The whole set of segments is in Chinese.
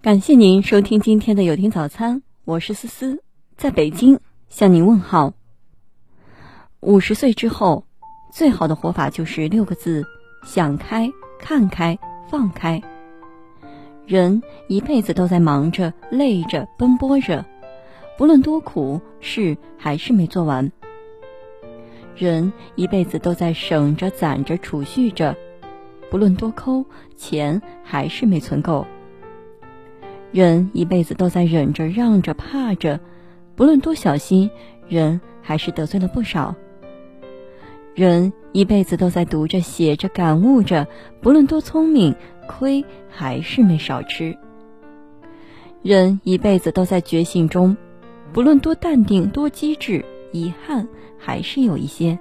感谢您收听今天的有听早餐，我是思思，在北京向您问好。50岁之后，最好的活法就是6个字：想开、看开、放开。人一辈子都在忙着、累着、奔波着，不论多苦，事还是没做完。人一辈子都在省着、攒着、储蓄着，不论多抠，钱还是没存够。人一辈子都在忍着、让着、怕着，不论多小心，人还是得罪了不少。人一辈子都在读着、写着、感悟着，不论多聪明，亏还是没少吃。人一辈子都在觉醒中，不论多淡定、多机智，遗憾还是有一些。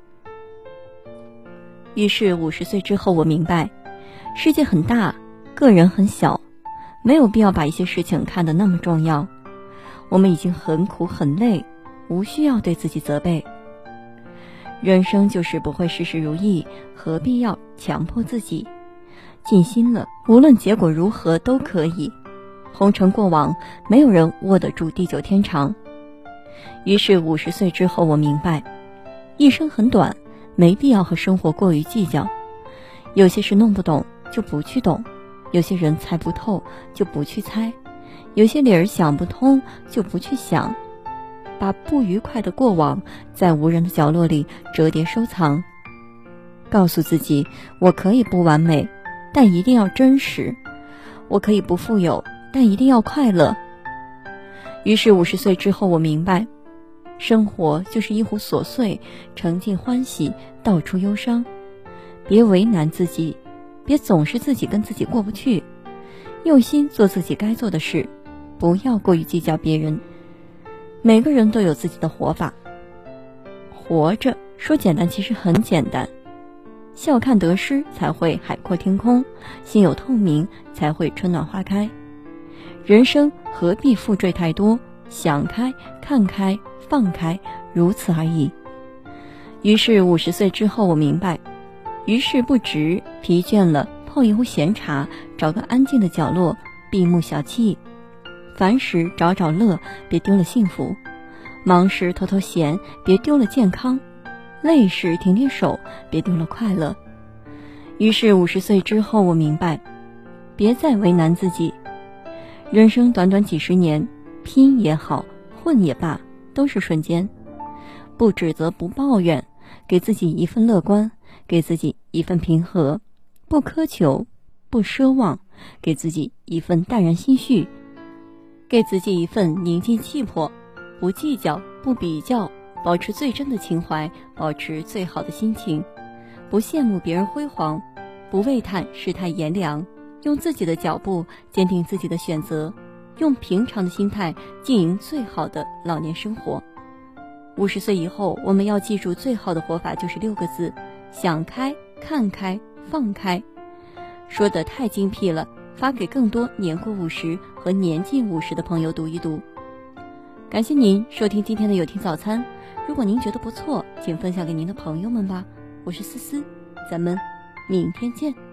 于是50岁之后，我明白，世界很大，个人很小，没有必要把一些事情看得那么重要。我们已经很苦很累，无需要对自己责备。人生就是不会事事如意，何必要强迫自己？尽心了，无论结果如何都可以。红尘过往，没有人握得住地久天长。于是50岁之后，我明白，一生很短，没必要和生活过于计较。有些事弄不懂就不去懂，有些人猜不透就不去猜，有些理儿想不通就不去想。把不愉快的过往在无人的角落里折叠收藏，告诉自己，我可以不完美，但一定要真实；我可以不富有，但一定要快乐。于是50岁之后，我明白，生活就是一壶琐碎，盛尽欢喜，道出忧伤。别为难自己，别总是自己跟自己过不去，用心做自己该做的事，不要过于计较别人。每个人都有自己的活法，活着说简单其实很简单，笑看得失才会海阔天空，心有透明才会春暖花开。人生何必负坠太多，想开、看开、放开，如此而已。于是50岁之后，我明白，于事不直，疲倦了泡一壶闲茶，找个安静的角落，闭目小憩。烦时找找乐，别丢了幸福；忙时偷偷闲，别丢了健康；累时停停手，别丢了快乐。于是50岁之后，我明白，别再为难自己。人生短短几十年，拼也好，混也罢，都是瞬间。不指责，不抱怨，给自己一份乐观，给自己一份平和；不苛求，不奢望，给自己一份淡然心绪，给自己一份宁静气魄。不计较，不比较，保持最真的情怀，保持最好的心情。不羡慕别人辉煌，不畏叹世态炎凉，用自己的脚步坚定自己的选择，用平常的心态经营最好的老年生活。50岁以后，我们要记住，最好的活法就是6个字：想开、看开、放开。说得太精辟了，发给更多年过50和年近50的朋友读一读。感谢您收听今天的有听早餐，如果您觉得不错，请分享给您的朋友们吧。我是思思，咱们明天见。